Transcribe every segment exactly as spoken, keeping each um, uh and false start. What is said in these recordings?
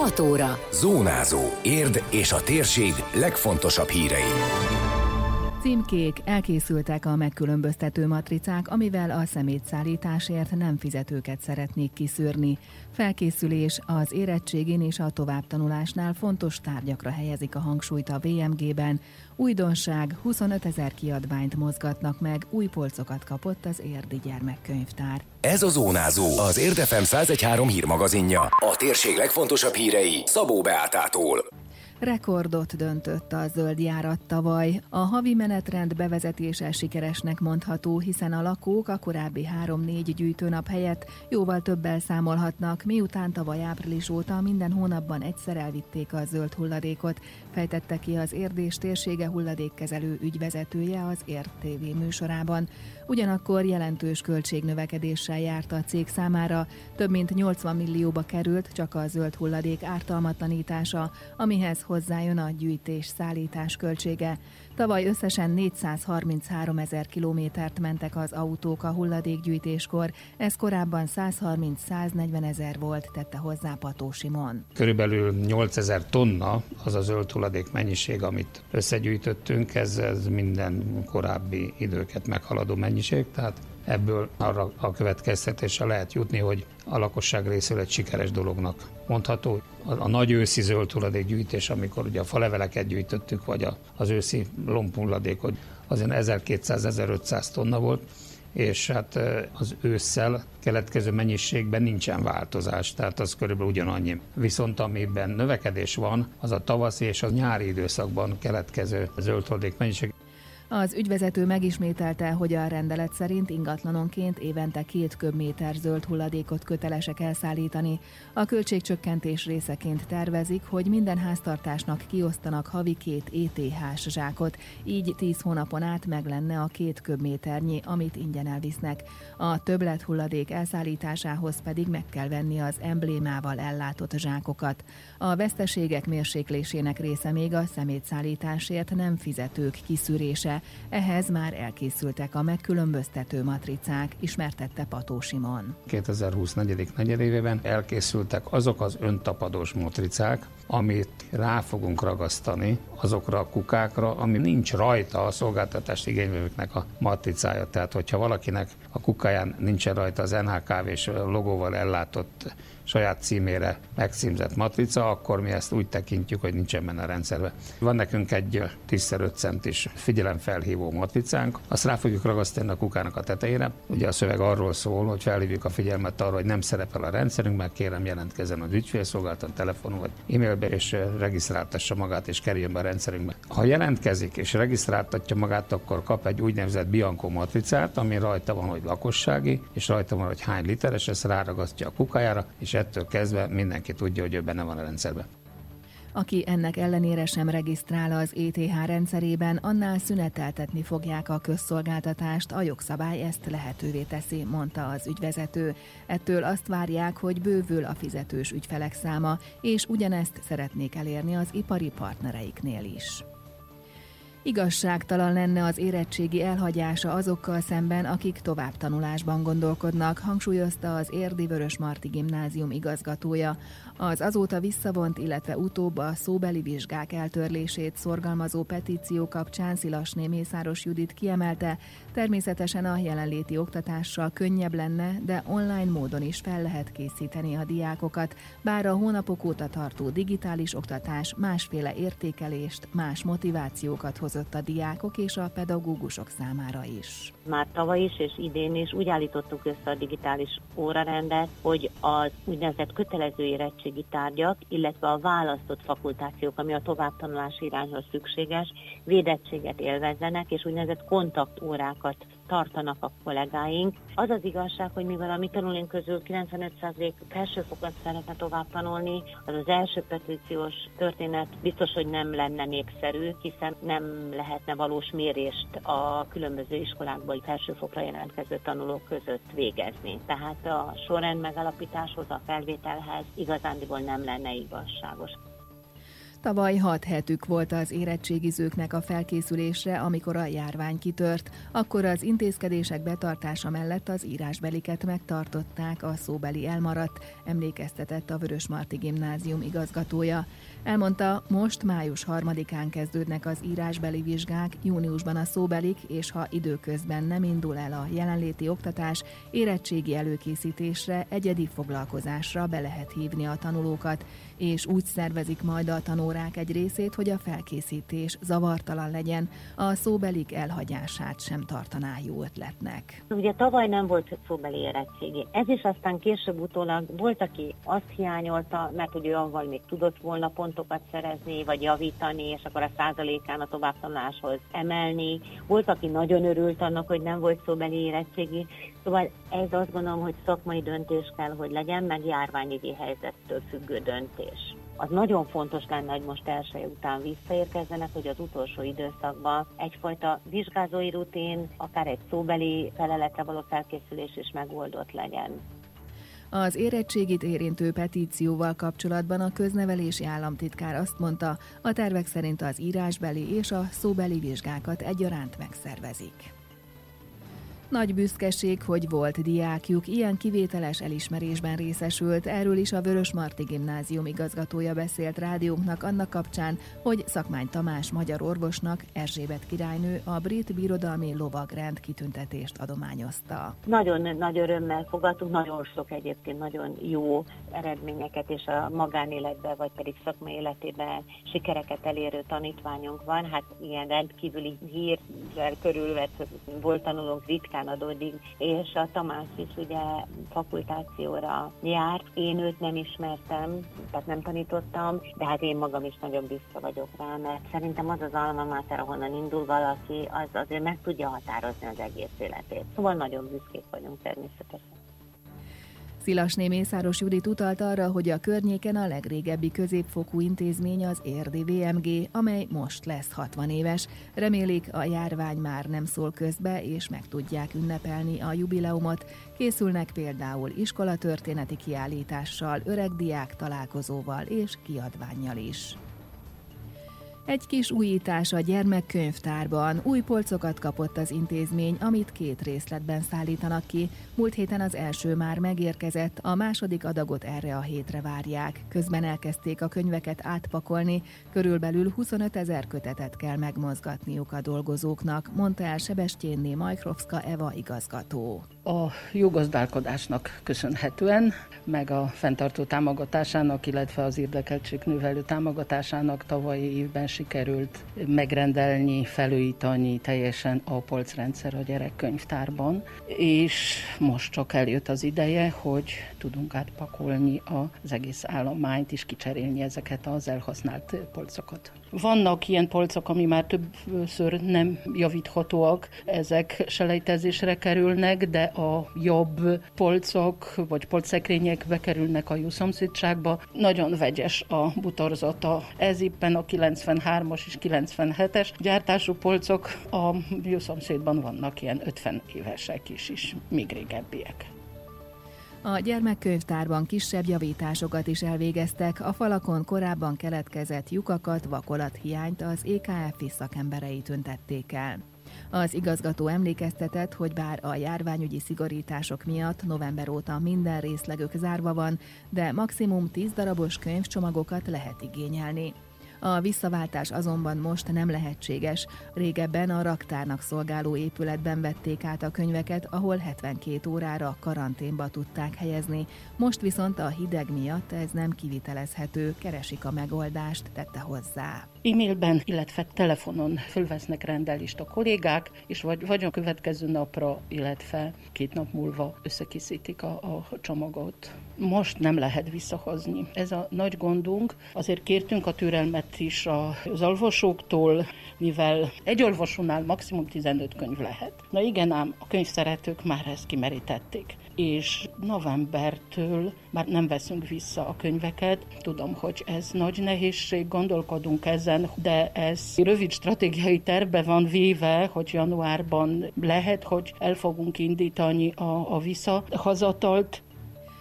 hat óra. Zónázó. Érd és a térség legfontosabb hírei. Címkék, elkészültek a megkülönböztető matricák, amivel a szemétszállításért nem fizetőket szeretnék kiszűrni. Felkészülés, az érettségén és a továbbtanulásnál fontos tárgyakra helyezik a hangsúlyt a vé em gében. Újdonság, huszonötezer kiadványt mozgatnak meg, új polcokat kapott az érdi gyermekkönyvtár. Ez a Zónázó, az Érd ef em száz egy-három hírmagazinja. A térség legfontosabb hírei Szabó Beátától. Rekordot döntött a zöld járat tavaly. A havi menetrend bevezetése sikeresnek mondható, hiszen a lakók a korábbi három-négy gyűjtőnap helyett jóval többel számolhatnak, miután tavaly április óta minden hónapban egyszer elvitték a zöld hulladékot, fejtette ki az Érd és térsége hulladékkezelő ügyvezetője az Érd té vé műsorában. Ugyanakkor jelentős költségnövekedéssel járt a cég számára, több mint nyolcvan millióba került csak a zöld hulladék ártalmatlanítása, amihez hozzájön a gyűjtés-szállítás költsége. Tavaly összesen négyszázharminchárom ezer kilométert mentek az autók a hulladékgyűjtéskor, ez korábban százharminc-száznegyven ezer volt, tette hozzá Pató Simon. Körülbelül nyolcezer tonna az a zöld hulladék mennyiség, amit összegyűjtöttünk, ez, ez minden korábbi időket meghaladó mennyiség, tehát ebből arra a következtetésre lehet jutni, hogy a lakosság részéről egy sikeres dolognak mondható. A, a nagy őszi zöld hulladékgyűjtés, amikor ugye a faleveleket gyűjtöttük, vagy a, az őszi lombhulladékot, azért ezerkétszáz-ezerötszáz tonna volt, és hát az ősszel keletkező mennyiségben nincsen változás, tehát az körülbelül ugyanannyi. Viszont amiben növekedés van, az a tavaszi és a nyári időszakban keletkező zöld hulladék mennyiség. Az ügyvezető megismételte, hogy a rendelet szerint ingatlanonként évente két köbméter zöld hulladékot kötelesek elszállítani. A költségcsökkentés részeként tervezik, hogy minden háztartásnak kiosztanak havi két é té hás zsákot, így tíz hónapon át meg lenne a két köbméternyi, amit ingyen elvisznek. A többlet hulladék elszállításához pedig meg kell venni az emblémával ellátott zsákokat. A veszteségek mérséklésének része még a szemétszállításért nem fizetők kiszűrése. Ehhez már elkészültek a megkülönböztető matricák, ismertette Pató Simon. kétezer-húsz negyedik negyedévében elkészültek azok az öntapadós matricák, amit rá fogunk ragasztani azokra a kukákra, ami nincs rajta a szolgáltatást igénylőknek a matricája. Tehát, hogyha valakinek a kukáján nincsen rajta az en há ká vés logóval ellátott saját címére megcímzett matrica, akkor mi ezt úgy tekintjük, hogy nincsen benne a rendszerbe. Van nekünk egy tíz öt centis figyelemfelhívó matricánk, azt rá fogjuk ragasztani a kukának a tetejére. Ugye a szöveg arról szól, hogy felhívjuk a figyelmet arra, hogy nem szerepel a rendszerünkben, kérem jelentkezzen az ügyfélszolgáltatón, telefonon vagy e-mailbe, és regisztráltassa magát, és kerüljön be a rendszerünkbe. Ha jelentkezik és regisztráltatja magát, akkor kap egy úgynevezett Bianco matricát, ami rajta van, hogy lakossági, és rajta van, hogy hány literes, ezt ráragasztja a kukájára, és ettől kezdve mindenki tudja, hogy ő benne van a rendszerben. Aki ennek ellenére sem regisztrál az é té há rendszerében, annál szüneteltetni fogják a közszolgáltatást, a jogszabály ezt lehetővé teszi, mondta az ügyvezető. Ettől azt várják, hogy bővül a fizetős ügyfelek száma, és ugyanezt szeretnék elérni az ipari partnereiknél is. Igazságtalan lenne az érettségi elhagyása azokkal szemben, akik továbbtanulásban gondolkodnak, hangsúlyozta az érdi Vörösmarty Gimnázium igazgatója. Az azóta visszavont, illetve utóbb a szóbeli vizsgák eltörlését szorgalmazó petíció kapcsán Szilasné Mészáros Judit kiemelte, természetesen a jelenléti oktatással könnyebb lenne, de online módon is fel lehet készíteni a diákokat, bár a hónapok óta tartó digitális oktatás másféle értékelést, más motivációkat hozott a diákok és a pedagógusok számára is. Már tavaly is és idén is úgy állítottuk össze a digitális órarendet, hogy az úgynevezett kötelező érettségi tárgyak, illetve a választott fakultációk, ami a továbbtanulási irányhoz szükséges, védettséget élvezzenek, és úgynevezett kontaktórákat tartanak a kollégáink. Az az igazság, hogy mivel a mi tanulóink közül kilencvenöt százalék felsőfokon szeretne tovább tanulni, az az első petíciós történet biztos, hogy nem lenne népszerű, hiszen nem lehetne valós mérést a különböző iskolákból felsőfokra jelentkező tanulók között végezni. Tehát a sorrend megalapításhoz, a felvételhez igazándiból nem lenne igazságos. Tavaly hat hetük volt az érettségizőknek a felkészülésre, amikor a járvány kitört. Akkor az intézkedések betartása mellett az írásbeliket megtartották, a szóbeli elmaradt, emlékeztetett a Vörösmarty Gimnázium igazgatója. Elmondta, most május harmadikán kezdődnek az írásbeli vizsgák, júniusban a szóbelik, és ha időközben nem indul el a jelenléti oktatás, érettségi előkészítésre, egyedi foglalkozásra be lehet hívni a tanulókat, és úgy szervezik majd a tanórák egy részét, hogy a felkészítés zavartalan legyen, a szóbelik elhagyását sem tartaná jó ötletnek. Ugye tavaly nem volt szóbeli érettségi. Ez is aztán később utólag volt, aki azt hiányolta, mert hogy ő avval még tudott volna pontokat szerezni, vagy javítani, és akkor a százalékán a továbbtanuláshoz emelni. Volt, aki nagyon örült annak, hogy nem volt szóbeli érettségi. Szóval ez azt gondolom, hogy szakmai döntés kell, hogy legyen, meg járványügyi helyzettől függő döntés. Az nagyon fontos lenne, hogy most első után visszaérkezzenek, hogy az utolsó időszakban egyfajta vizsgázói rutin, akár egy szóbeli feleletre való felkészülés is megoldott legyen. Az érettségit érintő petícióval kapcsolatban a köznevelési államtitkár azt mondta, a tervek szerint az írásbeli és a szóbeli vizsgákat egyaránt megszervezik. Nagy büszkeség, hogy volt diákjuk, ilyen kivételes elismerésben részesült. Erről is a Vörösmarty Gimnázium igazgatója beszélt rádiónknak annak kapcsán, hogy Szakmány Tamás magyar orvosnak Erzsébet királynő a Brit Birodalmi Lovagrend kitüntetést adományozta. Nagyon nagy örömmel fogadtunk, nagyon sok egyébként nagyon jó eredményeket, és a magánéletben, vagy pedig szakmai életében sikereket elérő tanítványunk van. Hát ilyen rendkívüli hírrel körülvett volt tanulónk, ritkán adódik, és a Tamás is ugye fakultációra járt. Én őt nem ismertem, tehát nem tanítottam, de hát én magam is nagyon büszke vagyok rá, mert szerintem az az alma mater, ahonnan indul valaki, az azért meg tudja határozni az egész életét. Szóval nagyon büszkék vagyunk természetesen. Szilasné Mészáros Judit utalt arra, hogy a környéken a legrégebbi középfokú intézmény az érdi vé em gé, amely most lesz hatvan éves. Remélik, a járvány már nem szól közbe, és meg tudják ünnepelni a jubileumot. Készülnek például iskolatörténeti kiállítással, öregdiák találkozóval és kiadvánnyal is. Egy kis újítás a gyermekkönyvtárban. Új polcokat kapott az intézmény, amit két részletben szállítanak ki. Múlt héten az első már megérkezett, a második adagot erre a hétre várják. Közben elkezdték a könyveket átpakolni, körülbelül huszonöt ezer kötetet kell megmozgatniuk a dolgozóknak, mondta el Sebestyénné Majkrovska Eva igazgató. A jó gazdálkodásnak köszönhetően, meg a fenntartó támogatásának, illetve az érdekeltségnövelő támogatásának tavalyi évben sikerült megrendelni, felújítani teljesen a polcrendszer a gyerekkönyvtárban, és most csak eljött az ideje, hogy tudunk átpakolni az egész állományt és kicserélni ezeket az elhasznált polcokat. Vannak ilyen polcok, ami már többször nem javíthatóak, ezek selejtezésre kerülnek, de a jobb polcok vagy polcszekrények bekerülnek a jó szomszédságba. Nagyon vegyes a butorzata. Ez éppen a kilencvenhármas és kilencvenhetes gyártású polcok, a jó szomszédban vannak ilyen ötven évesek is, is még régebbiek. A gyermekkönyvtárban kisebb javításokat is elvégeztek, a falakon korábban keletkezett lyukakat, vakolathiányt az é ká ef i szakemberei tüntették el. Az igazgató emlékeztetett, hogy bár a járványügyi szigorítások miatt november óta minden részlegük zárva van, de maximum tíz darabos könyvcsomagokat lehet igényelni. A visszaváltás azonban most nem lehetséges. Régebben a raktárnak szolgáló épületben vették át a könyveket, ahol hetvenkét órára karanténba tudták helyezni. Most viszont a hideg miatt ez nem kivitelezhető, keresik a megoldást, tette hozzá. E-mailben, illetve telefonon fölvesznek rendelést a kollégák, és vagy, vagy a következő napra, illetve két nap múlva összekészítik a, a csomagot. Most nem lehet visszahozni. Ez a nagy gondunk. Azért kértünk a türelmet is az olvasóktól, mivel egy olvasónál maximum tizenöt könyv lehet. Na igen ám, a könyvszeretők már ezt kimerítették. És novembertől már nem veszünk vissza a könyveket. Tudom, hogy ez nagy nehézség, gondolkodunk ezen, de ez rövid stratégiai tervbe van véve, hogy januárban lehet, hogy el fogunk indítani a, a visszahazatalt.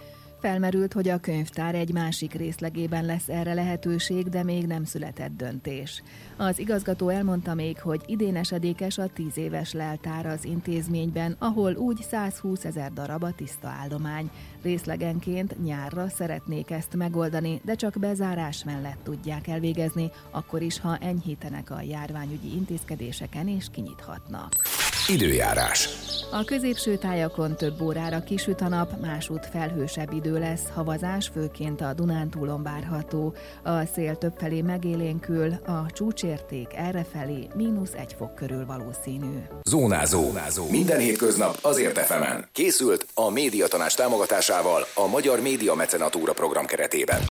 Felmerült, hogy a könyvtár egy másik részlegében lesz erre lehetőség, de még nem született döntés. Az igazgató elmondta még, hogy idén esedékes a tíz éves leltár az intézményben, ahol úgy százhúszezer darab a tiszta állomány. Részlegenként nyárra szeretnék ezt megoldani, de csak bezárás mellett tudják elvégezni, akkor is, ha enyhítenek a járványügyi intézkedéseken és kinyithatnak. Időjárás. A középső tájakon több órára kisüt a nap, másút felhősebb idő lesz, havazás főként a Dunántúlon várható. A szél többfelé megélénkül, a csúcsérték errefelé mínusz egy fok körül valószínű. Zónázó. Zónázó. Minden hétköznap az Ért ef emen. Készült a Médiatanács támogatásával a Magyar Média Mecenatúra program keretében.